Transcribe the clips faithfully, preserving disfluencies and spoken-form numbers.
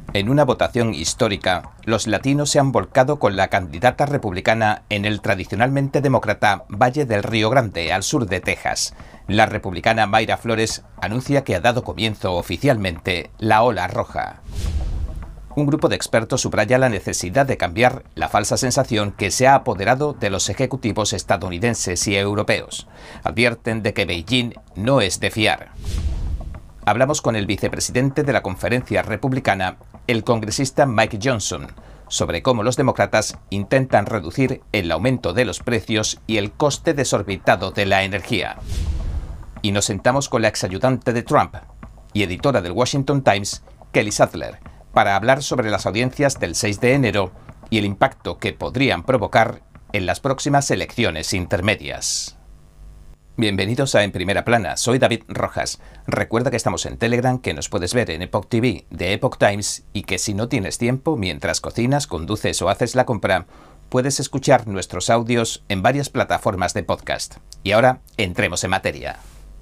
En una votación histórica, los latinos se han volcado con la candidata republicana en el tradicionalmente demócrata Valle del Río Grande, al sur de Texas. La republicana Mayra Flores anuncia que ha dado comienzo oficialmente la ola roja. Un grupo de expertos subraya la necesidad de cambiar la falsa sensación que se ha apoderado de los ejecutivos estadounidenses y europeos. Advierten de que Beijing no es de fiar. Hablamos con el vicepresidente de la conferencia republicana, el congresista Mike Johnson, sobre cómo los demócratas intentan reducir el aumento de los precios y el coste desorbitado de la energía. Y nos sentamos con la exayudante de Trump y editora del Washington Times, Kelly Sadler, para hablar sobre las audiencias del seis de enero y el impacto que podrían provocar en las próximas elecciones intermedias. Bienvenidos a En Primera Plana, soy David Rojas. Recuerda que estamos en Telegram, que nos puedes ver en Epoch T V de Epoch Times y que si no tienes tiempo, mientras cocinas, conduces o haces la compra, puedes escuchar nuestros audios en varias plataformas de podcast. Y ahora, entremos en materia.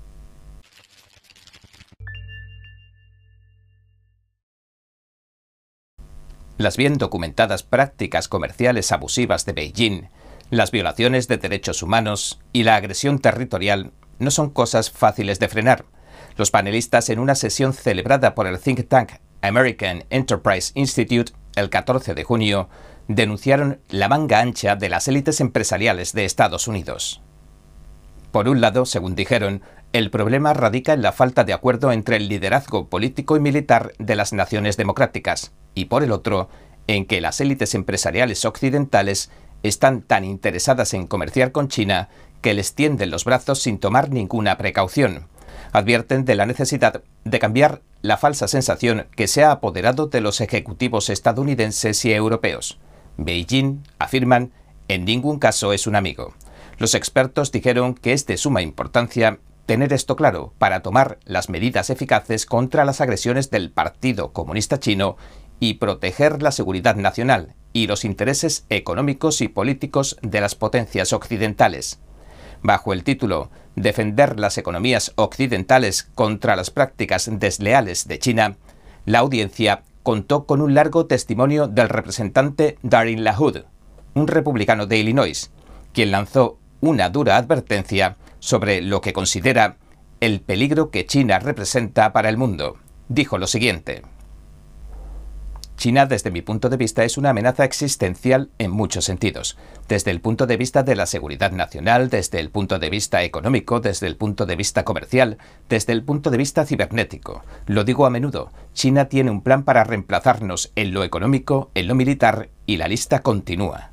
Las bien documentadas prácticas comerciales abusivas de Beijing, las violaciones de derechos humanos y la agresión territorial no son cosas fáciles de frenar. Los panelistas en una sesión celebrada por el think tank American Enterprise Institute el catorce de junio denunciaron la manga ancha de las élites empresariales de Estados Unidos. Por un lado, según dijeron, el problema radica en la falta de acuerdo entre el liderazgo político y militar de las naciones democráticas, y por el otro, en que las élites empresariales occidentales están tan interesadas en comerciar con China que les tienden los brazos sin tomar ninguna precaución. Advierten de la necesidad de cambiar la falsa sensación que se ha apoderado de los ejecutivos estadounidenses y europeos. Beijing, afirman, en ningún caso es un amigo. Los expertos dijeron que es de suma importancia tener esto claro para tomar las medidas eficaces contra las agresiones del Partido Comunista Chino y proteger la seguridad nacional y los intereses económicos y políticos de las potencias occidentales. Bajo el título «Defender las economías occidentales contra las prácticas desleales de China», la audiencia contó con un largo testimonio del representante Darin LaHood, un republicano de Illinois, quien lanzó una dura advertencia sobre lo que considera el peligro que China representa para el mundo. Dijo lo siguiente: China, desde mi punto de vista, es una amenaza existencial en muchos sentidos. Desde el punto de vista de la seguridad nacional, desde el punto de vista económico, desde el punto de vista comercial, desde el punto de vista cibernético. Lo digo a menudo, China tiene un plan para reemplazarnos en lo económico, en lo militar, y la lista continúa.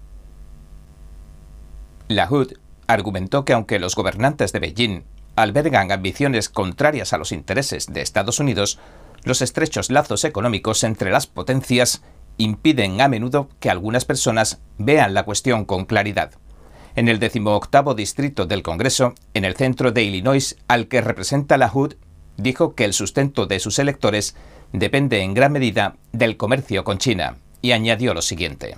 LaHood argumentó que aunque los gobernantes de Beijing albergan ambiciones contrarias a los intereses de Estados Unidos, los estrechos lazos económicos entre las potencias impiden a menudo que algunas personas vean la cuestión con claridad. En el decimoctavo distrito del Congreso, en el centro de Illinois, al que representa LaHood, dijo que el sustento de sus electores depende en gran medida del comercio con China, y añadió lo siguiente: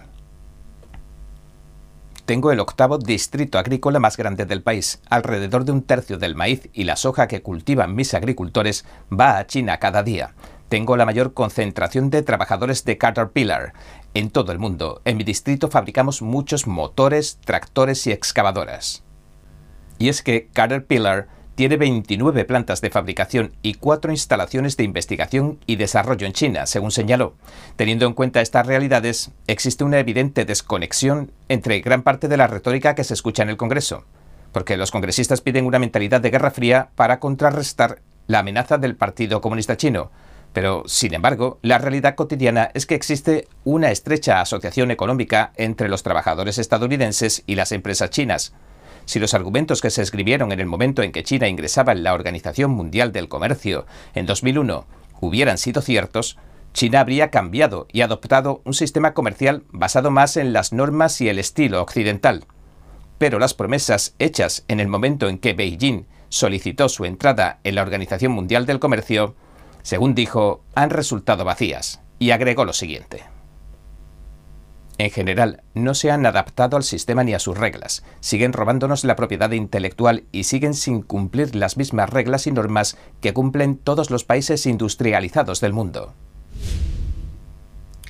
Tengo el octavo distrito agrícola más grande del país. Alrededor de un tercio del maíz y la soja que cultivan mis agricultores va a China cada día. Tengo la mayor concentración de trabajadores de Caterpillar en todo el mundo. En mi distrito fabricamos muchos motores, tractores y excavadoras. Y es que Caterpillar tiene veintinueve plantas de fabricación y cuatro instalaciones de investigación y desarrollo en China, según señaló. Teniendo en cuenta estas realidades, existe una evidente desconexión entre gran parte de la retórica que se escucha en el Congreso, porque los congresistas piden una mentalidad de Guerra Fría para contrarrestar la amenaza del Partido Comunista Chino. Pero, sin embargo, la realidad cotidiana es que existe una estrecha asociación económica entre los trabajadores estadounidenses y las empresas chinas. Si los argumentos que se escribieron en el momento en que China ingresaba en la Organización Mundial del Comercio en dos mil uno hubieran sido ciertos, China habría cambiado y adoptado un sistema comercial basado más en las normas y el estilo occidental. Pero las promesas hechas en el momento en que Beijing solicitó su entrada en la Organización Mundial del Comercio, según dijo, han resultado vacías, y agregó lo siguiente: En general, no se han adaptado al sistema ni a sus reglas. Siguen robándonos la propiedad intelectual y siguen sin cumplir las mismas reglas y normas que cumplen todos los países industrializados del mundo.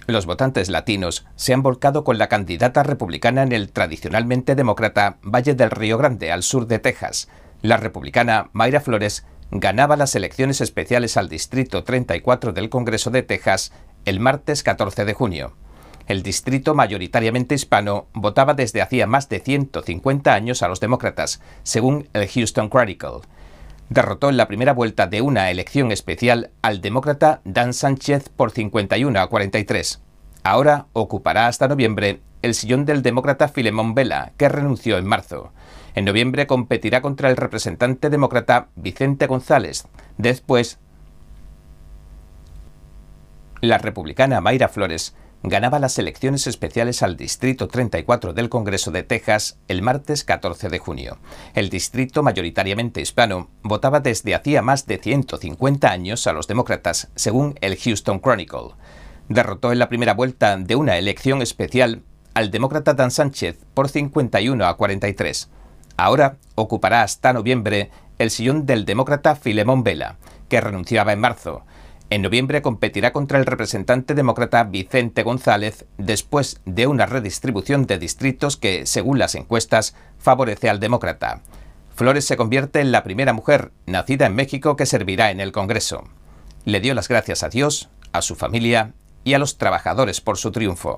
Los votantes latinos se han volcado con la candidata republicana en el tradicionalmente demócrata Valle del Río Grande, al sur de Texas. La republicana Mayra Flores ganaba las elecciones especiales al Distrito treinta y cuatro del Congreso de Texas el martes catorce de junio. El distrito, mayoritariamente hispano, votaba desde hacía más de ciento cincuenta años a los demócratas, según el Houston Chronicle. Derrotó en la primera vuelta de una elección especial al demócrata Dan Sánchez por cincuenta y uno a cuarenta y tres. Ahora ocupará hasta noviembre el sillón del demócrata Filemón Vela, que renunció en marzo. En noviembre competirá contra el representante demócrata Vicente González. Después, la republicana Mayra Flores ganaba las elecciones especiales al Distrito treinta y cuatro del Congreso de Texas el martes catorce de junio. El distrito, mayoritariamente hispano, votaba desde hacía más de ciento cincuenta años a los demócratas, según el Houston Chronicle. Derrotó en la primera vuelta de una elección especial al demócrata Dan Sánchez por cincuenta y uno a cuarenta y tres. Ahora ocupará hasta noviembre el sillón del demócrata Filemón Vela, que renunciaba en marzo. En noviembre competirá contra el representante demócrata Vicente González después de una redistribución de distritos que, según las encuestas, favorece al demócrata. Flores se convierte en la primera mujer nacida en México que servirá en el Congreso. Le dio las gracias a Dios, a su familia y a los trabajadores por su triunfo.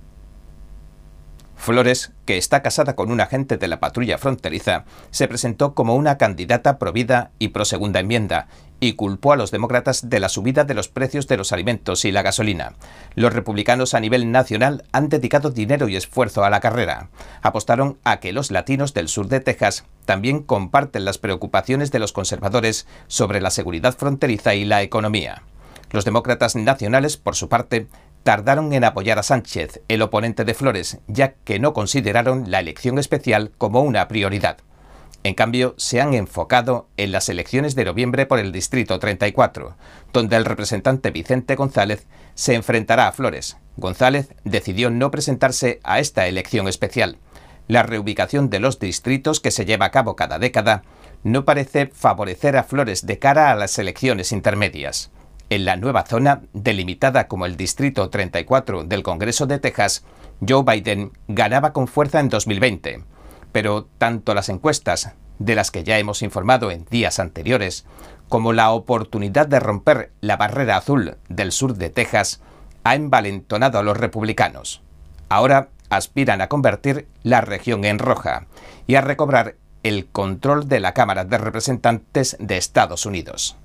Flores, que está casada con un agente de la patrulla fronteriza, se presentó como una candidata pro vida y pro segunda enmienda y culpó a los demócratas de la subida de los precios de los alimentos y la gasolina. Los republicanos a nivel nacional han dedicado dinero y esfuerzo a la carrera. Apostaron a que los latinos del sur de Texas también comparten las preocupaciones de los conservadores sobre la seguridad fronteriza y la economía. Los demócratas nacionales, por su parte, tardaron en apoyar a Sánchez, el oponente de Flores, ya que no consideraron la elección especial como una prioridad. En cambio, se han enfocado en las elecciones de noviembre por el Distrito treinta y cuatro, donde el representante Vicente González se enfrentará a Flores. González decidió no presentarse a esta elección especial. La reubicación de los distritos, que se lleva a cabo cada década, no parece favorecer a Flores de cara a las elecciones intermedias. En la nueva zona, delimitada como el Distrito treinta y cuatro del Congreso de Texas, Joe Biden ganaba con fuerza en dos mil veinte. Pero tanto las encuestas, de las que ya hemos informado en días anteriores, como la oportunidad de romper la barrera azul del sur de Texas, ha envalentonado a los republicanos. Ahora aspiran a convertir la región en roja y a recobrar el control de la Cámara de Representantes de Estados Unidos.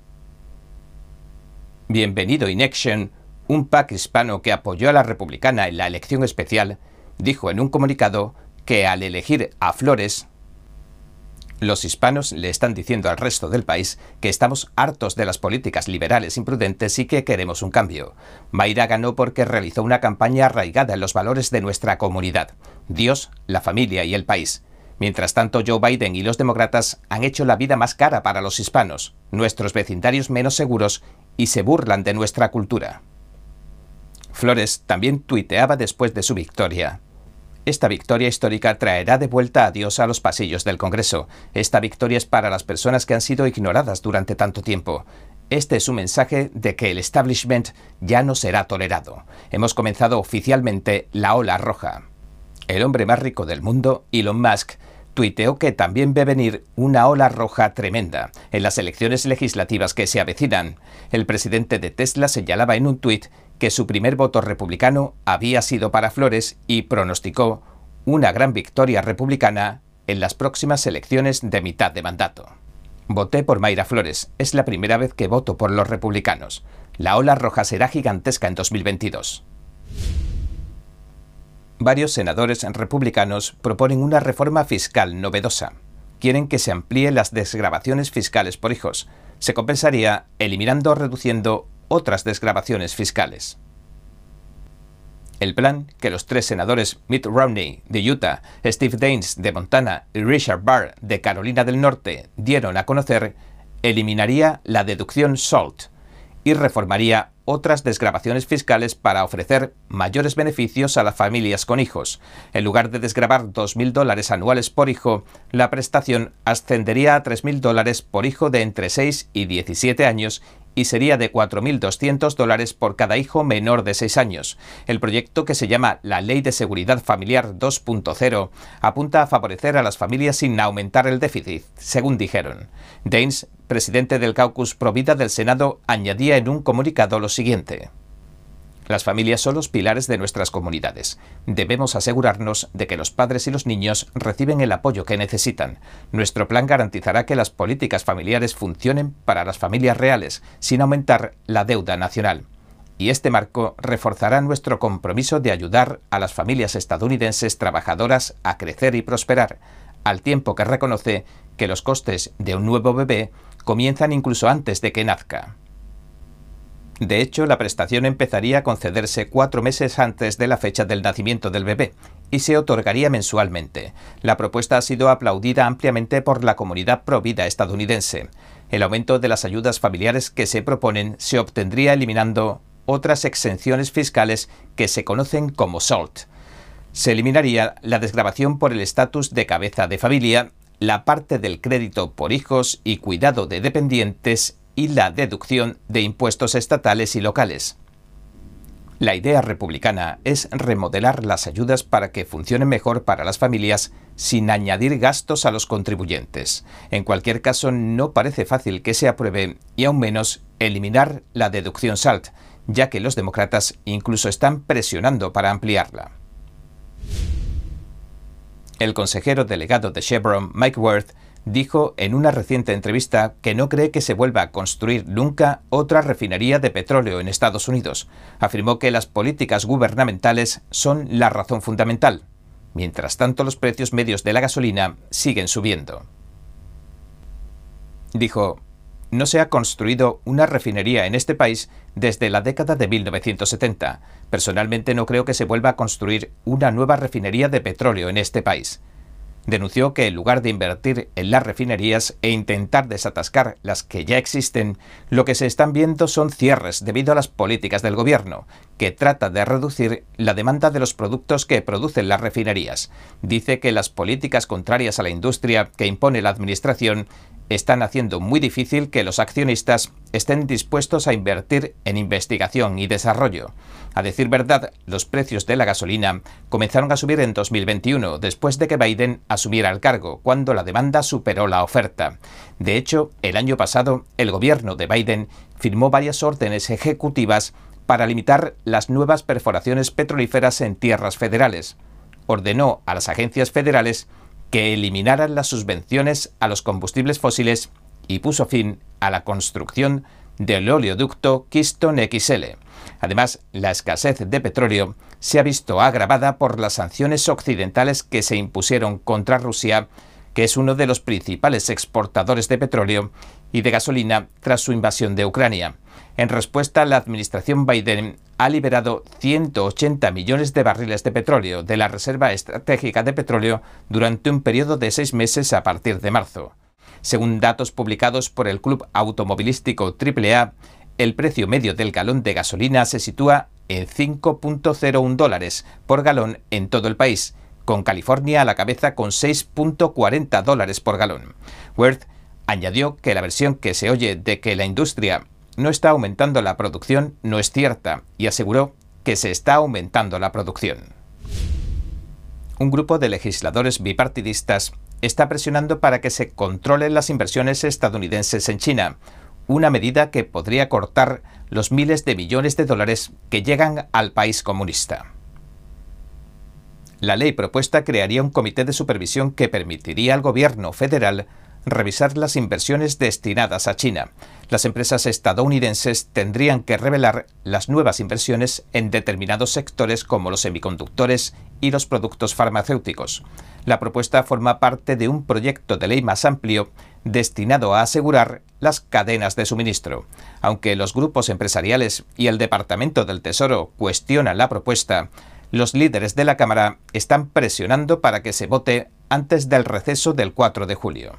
Bienvenido in Action, un PAC hispano que apoyó a la republicana en la elección especial, dijo en un comunicado que al elegir a Flores, los hispanos le están diciendo al resto del país que estamos hartos de las políticas liberales imprudentes y que queremos un cambio. Mayra ganó porque realizó una campaña arraigada en los valores de nuestra comunidad, Dios, la familia y el país. Mientras tanto, Joe Biden y los demócratas han hecho la vida más cara para los hispanos, nuestros vecindarios menos seguros y se burlan de nuestra cultura. Flores también tuiteaba después de su victoria. Esta victoria histórica traerá de vuelta a Dios a los pasillos del Congreso. Esta victoria es para las personas que han sido ignoradas durante tanto tiempo. Este es un mensaje de que el establishment ya no será tolerado. Hemos comenzado oficialmente la ola roja. El hombre más rico del mundo, Elon Musk, tuiteó que también ve venir una ola roja tremenda en las elecciones legislativas que se avecinan. El presidente de Tesla señalaba en un tuit que su primer voto republicano había sido para Flores y pronosticó una gran victoria republicana en las próximas elecciones de mitad de mandato. Voté por Mayra Flores. Es la primera vez que voto por los republicanos. La ola roja será gigantesca en dos mil veintidós. Varios senadores republicanos proponen una reforma fiscal novedosa. Quieren que se amplíen las desgravaciones fiscales por hijos. Se compensaría eliminando o reduciendo otras desgravaciones fiscales. El plan que los tres senadores Mitt Romney de Utah, Steve Daines de Montana y Richard Burr de Carolina del Norte dieron a conocer eliminaría la deducción SALT y reformaría otras desgravaciones fiscales para ofrecer mayores beneficios a las familias con hijos. En lugar de desgravar dos mil dólares anuales por hijo, la prestación ascendería a tres mil dólares por hijo de entre seis y diecisiete años y sería de cuatro mil doscientos dólares por cada hijo menor de seis años. El proyecto, que se llama la Ley de Seguridad Familiar dos punto cero, apunta a favorecer a las familias sin aumentar el déficit, según dijeron. Daines, presidente del caucus Provida del Senado, añadía en un comunicado lo siguiente: las familias son los pilares de nuestras comunidades. Debemos asegurarnos de que los padres y los niños reciben el apoyo que necesitan. Nuestro plan garantizará que las políticas familiares funcionen para las familias reales, sin aumentar la deuda nacional. Y este marco reforzará nuestro compromiso de ayudar a las familias estadounidenses trabajadoras a crecer y prosperar, al tiempo que reconoce que los costes de un nuevo bebé comienzan incluso antes de que nazca. De hecho, la prestación empezaría a concederse cuatro meses antes de la fecha del nacimiento del bebé y se otorgaría mensualmente. La propuesta ha sido aplaudida ampliamente por la comunidad provida estadounidense. El aumento de las ayudas familiares que se proponen se obtendría eliminando otras exenciones fiscales que se conocen como SALT. Se eliminaría la desgravación por el estatus de cabeza de familia, la parte del crédito por hijos y cuidado de dependientes y la deducción de impuestos estatales y locales. La idea republicana es remodelar las ayudas para que funcionen mejor para las familias sin añadir gastos a los contribuyentes. En cualquier caso, no parece fácil que se apruebe y aún menos eliminar la deducción SALT, ya que los demócratas incluso están presionando para ampliarla. El consejero delegado de Chevron, Mike Wirth, dijo en una reciente entrevista que no cree que se vuelva a construir nunca otra refinería de petróleo en Estados Unidos. Afirmó que las políticas gubernamentales son la razón fundamental. Mientras tanto, los precios medios de la gasolina siguen subiendo. Dijo: no se ha construido una refinería en este país desde la década de mil novecientos setenta. Personalmente no creo que se vuelva a construir una nueva refinería de petróleo en este país. Denunció que en lugar de invertir en las refinerías e intentar desatascar las que ya existen, lo que se están viendo son cierres debido a las políticas del gobierno, que trata de reducir la demanda de los productos que producen las refinerías. Dice que las políticas contrarias a la industria que impone la administración están haciendo muy difícil que los accionistas estén dispuestos a invertir en investigación y desarrollo. A decir verdad, los precios de la gasolina comenzaron a subir en dos mil veintiuno, después de que Biden asumiera el cargo, cuando la demanda superó la oferta. De hecho, el año pasado, el gobierno de Biden firmó varias órdenes ejecutivas para limitar las nuevas perforaciones petrolíferas en tierras federales. Ordenó a las agencias federales que eliminaran las subvenciones a los combustibles fósiles y puso fin a la construcción del oleoducto Keystone X L. Además, la escasez de petróleo se ha visto agravada por las sanciones occidentales que se impusieron contra Rusia, que es uno de los principales exportadores de petróleo y de gasolina tras su invasión de Ucrania. En respuesta, la administración Biden ha liberado ciento ochenta millones de barriles de petróleo de la Reserva Estratégica de Petróleo durante un periodo de seis meses a partir de marzo. Según datos publicados por el Club Automovilístico triple A, el precio medio del galón de gasolina se sitúa en cinco punto cero uno dólares por galón en todo el país, con California a la cabeza con seis punto cuarenta dólares por galón. Wirth añadió que la versión que se oye de que la industria no está aumentando la producción no es cierta y aseguró que se está aumentando la producción. Un grupo de legisladores bipartidistas está presionando para que se controlen las inversiones estadounidenses en China, una medida que podría cortar los miles de millones de dólares que llegan al país comunista. La ley propuesta crearía un comité de supervisión que permitiría al gobierno federal revisar las inversiones destinadas a China. Las empresas estadounidenses tendrían que revelar las nuevas inversiones en determinados sectores como los semiconductores y los productos farmacéuticos. La propuesta forma parte de un proyecto de ley más amplio destinado a asegurar las cadenas de suministro. Aunque los grupos empresariales y el Departamento del Tesoro cuestionan la propuesta, los líderes de la Cámara están presionando para que se vote antes del receso del cuatro de julio.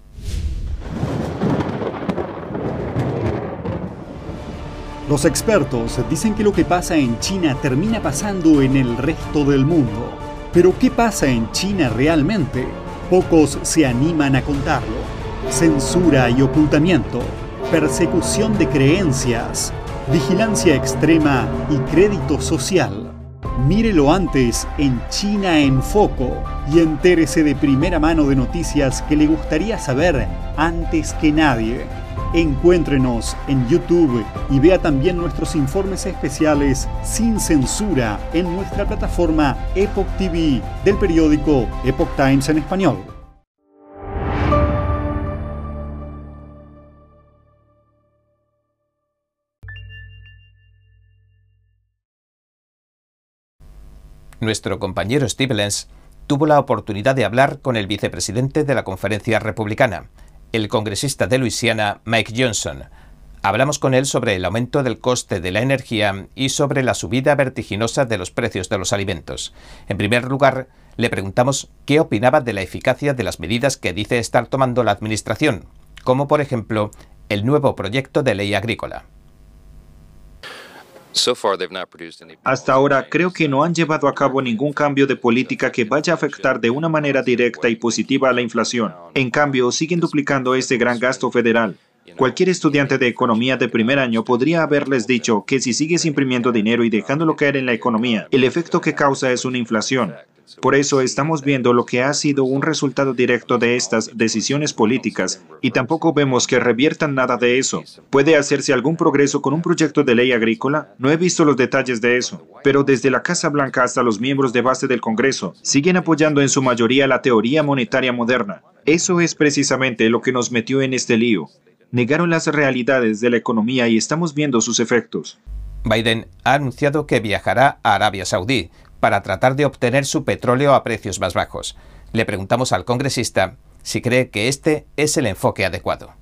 Los expertos dicen que lo que pasa en China termina pasando en el resto del mundo. Pero ¿qué pasa en China realmente? Pocos se animan a contarlo. Censura y ocultamiento. persecución de creencias, vigilancia extrema y crédito social. Mírelo antes en China en Foco y entérese de primera mano de noticias que le gustaría saber antes que nadie. Encuéntrenos en YouTube y vea también nuestros informes especiales sin censura en nuestra plataforma Epoch T V del periódico Epoch Times en español. Nuestro compañero Steve Lenz tuvo la oportunidad de hablar con el vicepresidente de la Conferencia Republicana, el congresista de Luisiana, Mike Johnson. Hablamos con él sobre el aumento del coste de la energía y sobre la subida vertiginosa de los precios de los alimentos. En primer lugar, le preguntamos qué opinaba de la eficacia de las medidas que dice estar tomando la administración, como por ejemplo el nuevo proyecto de ley agrícola. Hasta ahora creo que no han llevado a cabo ningún cambio de política que vaya a afectar de una manera directa y positiva a la inflación. En cambio, siguen duplicando este gran gasto federal. Cualquier estudiante de economía de primer año podría haberles dicho que si sigues imprimiendo dinero y dejándolo caer en la economía, el efecto que causa es una inflación. Por eso estamos viendo lo que ha sido un resultado directo de estas decisiones políticas y tampoco vemos que reviertan nada de eso. ¿Puede hacerse algún progreso con un proyecto de ley agrícola? No he visto los detalles de eso, pero desde la Casa Blanca hasta los miembros de base del Congreso siguen apoyando en su mayoría la teoría monetaria moderna. Eso es precisamente lo que nos metió en este lío. Negaron las realidades de la economía y estamos viendo sus efectos. Biden ha anunciado que viajará a Arabia Saudí para tratar de obtener su petróleo a precios más bajos. Le preguntamos al congresista si cree que este es el enfoque adecuado.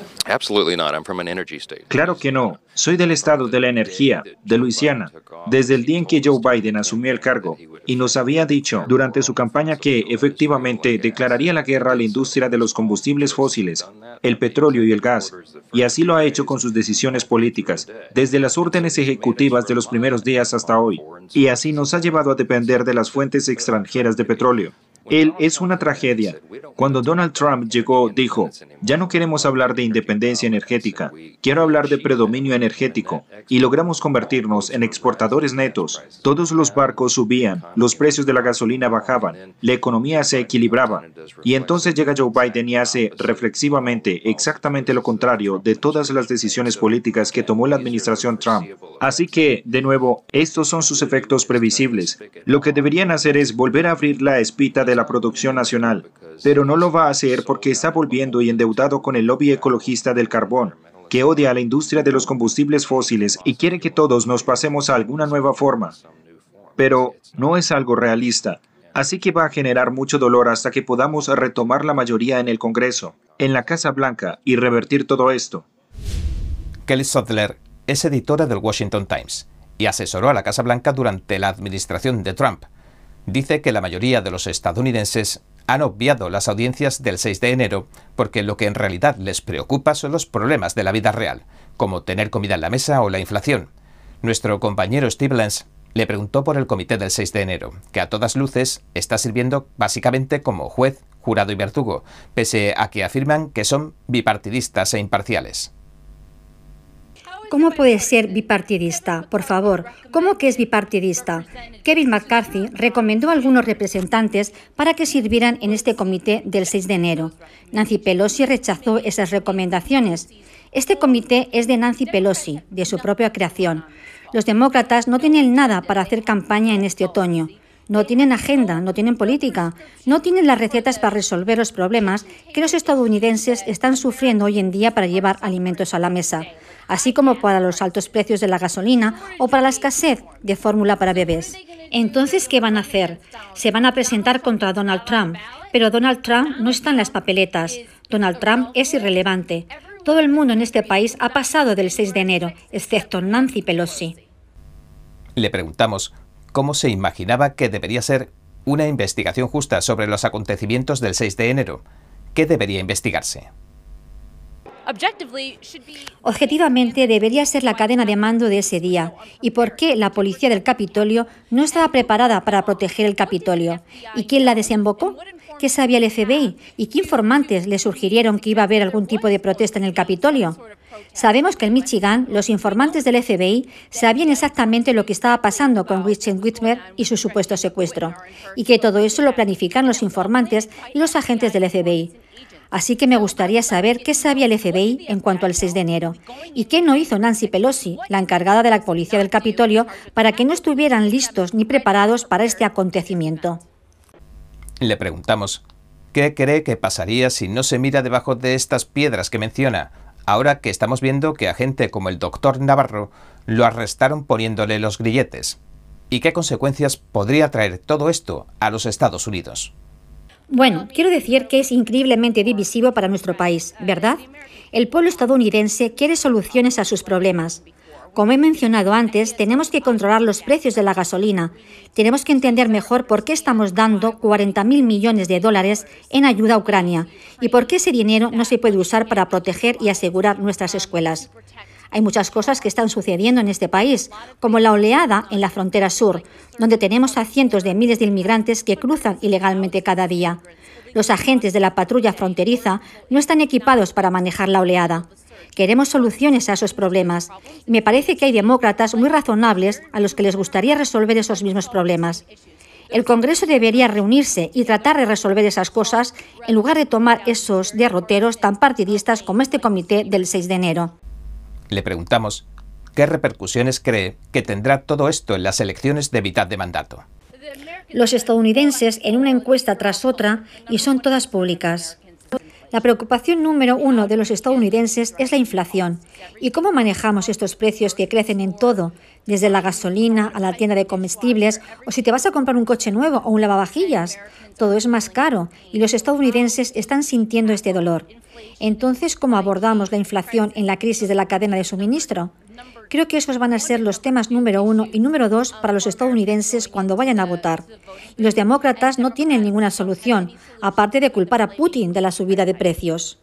Claro que no. Soy del estado de la energía, de Luisiana, desde el día en que Joe Biden asumió el cargo, y nos había dicho durante su campaña que efectivamente declararía la guerra a la industria de los combustibles fósiles, el petróleo y el gas, y así lo ha hecho con sus decisiones políticas, desde las órdenes ejecutivas de los primeros días hasta hoy, y así nos ha llevado a depender de las fuentes extranjeras de petróleo. Él es una tragedia. Cuando Donald Trump llegó, dijo, ya no queremos hablar de independencia energética, quiero hablar de predominio energético, y logramos convertirnos en exportadores netos. Todos los barcos subían, los precios de la gasolina bajaban, la economía se equilibraba, y entonces llega Joe Biden y hace reflexivamente exactamente lo contrario de todas las decisiones políticas que tomó la administración Trump. Así que, de nuevo, estos son sus efectos previsibles. Lo que deberían hacer es volver a abrir la espita de la producción nacional, pero no lo va a hacer porque está volviendo y endeudado con el lobby ecologista del carbón, que odia a la industria de los combustibles fósiles y quiere que todos nos pasemos a alguna nueva forma. Pero no es algo realista, así que va a generar mucho dolor hasta que podamos retomar la mayoría en el Congreso, en la Casa Blanca y revertir todo esto. Kelly Sutler es editora del Washington Times y asesoró a la Casa Blanca durante la administración de Trump. Dice que la mayoría de los estadounidenses han obviado las audiencias del seis de enero porque lo que en realidad les preocupa son los problemas de la vida real, como tener comida en la mesa o la inflación. Nuestro compañero Steve Lenz le preguntó por el comité del seis de enero, que a todas luces está sirviendo básicamente como juez, jurado y verdugo, pese a que afirman que son bipartidistas e imparciales. ¿Cómo puede ser bipartidista? Por favor, ¿cómo que es bipartidista? Kevin McCarthy recomendó a algunos representantes para que sirvieran en este comité del seis de enero. Nancy Pelosi rechazó esas recomendaciones. Este comité es de Nancy Pelosi, de su propia creación. Los demócratas no tienen nada para hacer campaña en este otoño. No tienen agenda, no tienen política, no tienen las recetas para resolver los problemas que los estadounidenses están sufriendo hoy en día para llevar alimentos a la mesa, así como para los altos precios de la gasolina o para la escasez de fórmula para bebés. Entonces, ¿qué van a hacer? Se van a presentar contra Donald Trump, pero Donald Trump no está en las papeletas. Donald Trump es irrelevante. Todo el mundo en este país ha pasado del seis de enero, excepto Nancy Pelosi. Le preguntamos cómo se imaginaba que debería ser una investigación justa sobre los acontecimientos del seis de enero. ¿Qué debería investigarse? Objetivamente debería ser la cadena de mando de ese día y por qué la policía del Capitolio no estaba preparada para proteger el Capitolio. ¿Y quién la desembocó? ¿Qué sabía el F B I? ¿Y qué informantes le sugirieron que iba a haber algún tipo de protesta en el Capitolio? Sabemos que en Michigan los informantes del F B I sabían exactamente lo que estaba pasando con Gretchen Whitmer y su supuesto secuestro, y que todo eso lo planifican los informantes y los agentes del F B I. Así que me gustaría saber qué sabía el F B I en cuanto al seis de enero y qué no hizo Nancy Pelosi, la encargada de la policía del Capitolio, para que no estuvieran listos ni preparados para este acontecimiento. Le preguntamos qué cree que pasaría si no se mira debajo de estas piedras que menciona, ahora que estamos viendo que a gente como el doctor Navarro lo arrestaron poniéndole los grilletes. ¿Y qué consecuencias podría traer todo esto a los Estados Unidos? Bueno, quiero decir que es increíblemente divisivo para nuestro país, ¿verdad? El pueblo estadounidense quiere soluciones a sus problemas. Como he mencionado antes, tenemos que controlar los precios de la gasolina. Tenemos que entender mejor por qué estamos dando cuarenta mil millones de dólares en ayuda a Ucrania y por qué ese dinero no se puede usar para proteger y asegurar nuestras escuelas. Hay muchas cosas que están sucediendo en este país, como la oleada en la frontera sur, donde tenemos a cientos de miles de inmigrantes que cruzan ilegalmente cada día. Los agentes de la patrulla fronteriza no están equipados para manejar la oleada. Queremos soluciones a esos problemas, y me parece que hay demócratas muy razonables a los que les gustaría resolver esos mismos problemas. El Congreso debería reunirse y tratar de resolver esas cosas en lugar de tomar esos derroteros tan partidistas como este comité del seis de enero. Le preguntamos qué repercusiones cree que tendrá todo esto en las elecciones de mitad de mandato. Los estadounidenses en una encuesta tras otra, y son todas públicas. La preocupación número uno de los estadounidenses es la inflación y cómo manejamos estos precios que crecen en todo, desde la gasolina a la tienda de comestibles o si te vas a comprar un coche nuevo o un lavavajillas. Todo es más caro y los estadounidenses están sintiendo este dolor. Entonces, ¿cómo abordamos la inflación en la crisis de la cadena de suministro? Creo que esos van a ser los temas número uno y número dos para los estadounidenses cuando vayan a votar. Y los demócratas no tienen ninguna solución, aparte de culpar a Putin de la subida de precios.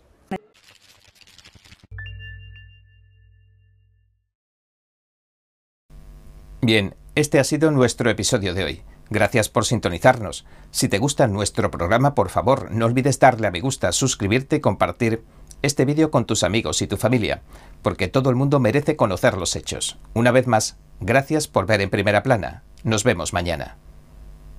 Bien, este ha sido nuestro episodio de hoy. Gracias por sintonizarnos. Si te gusta nuestro programa, por favor, no olvides darle a me gusta, suscribirte y compartir este vídeo con tus amigos y tu familia, porque todo el mundo merece conocer los hechos. Una vez más, gracias por ver En Primera Plana. Nos vemos mañana.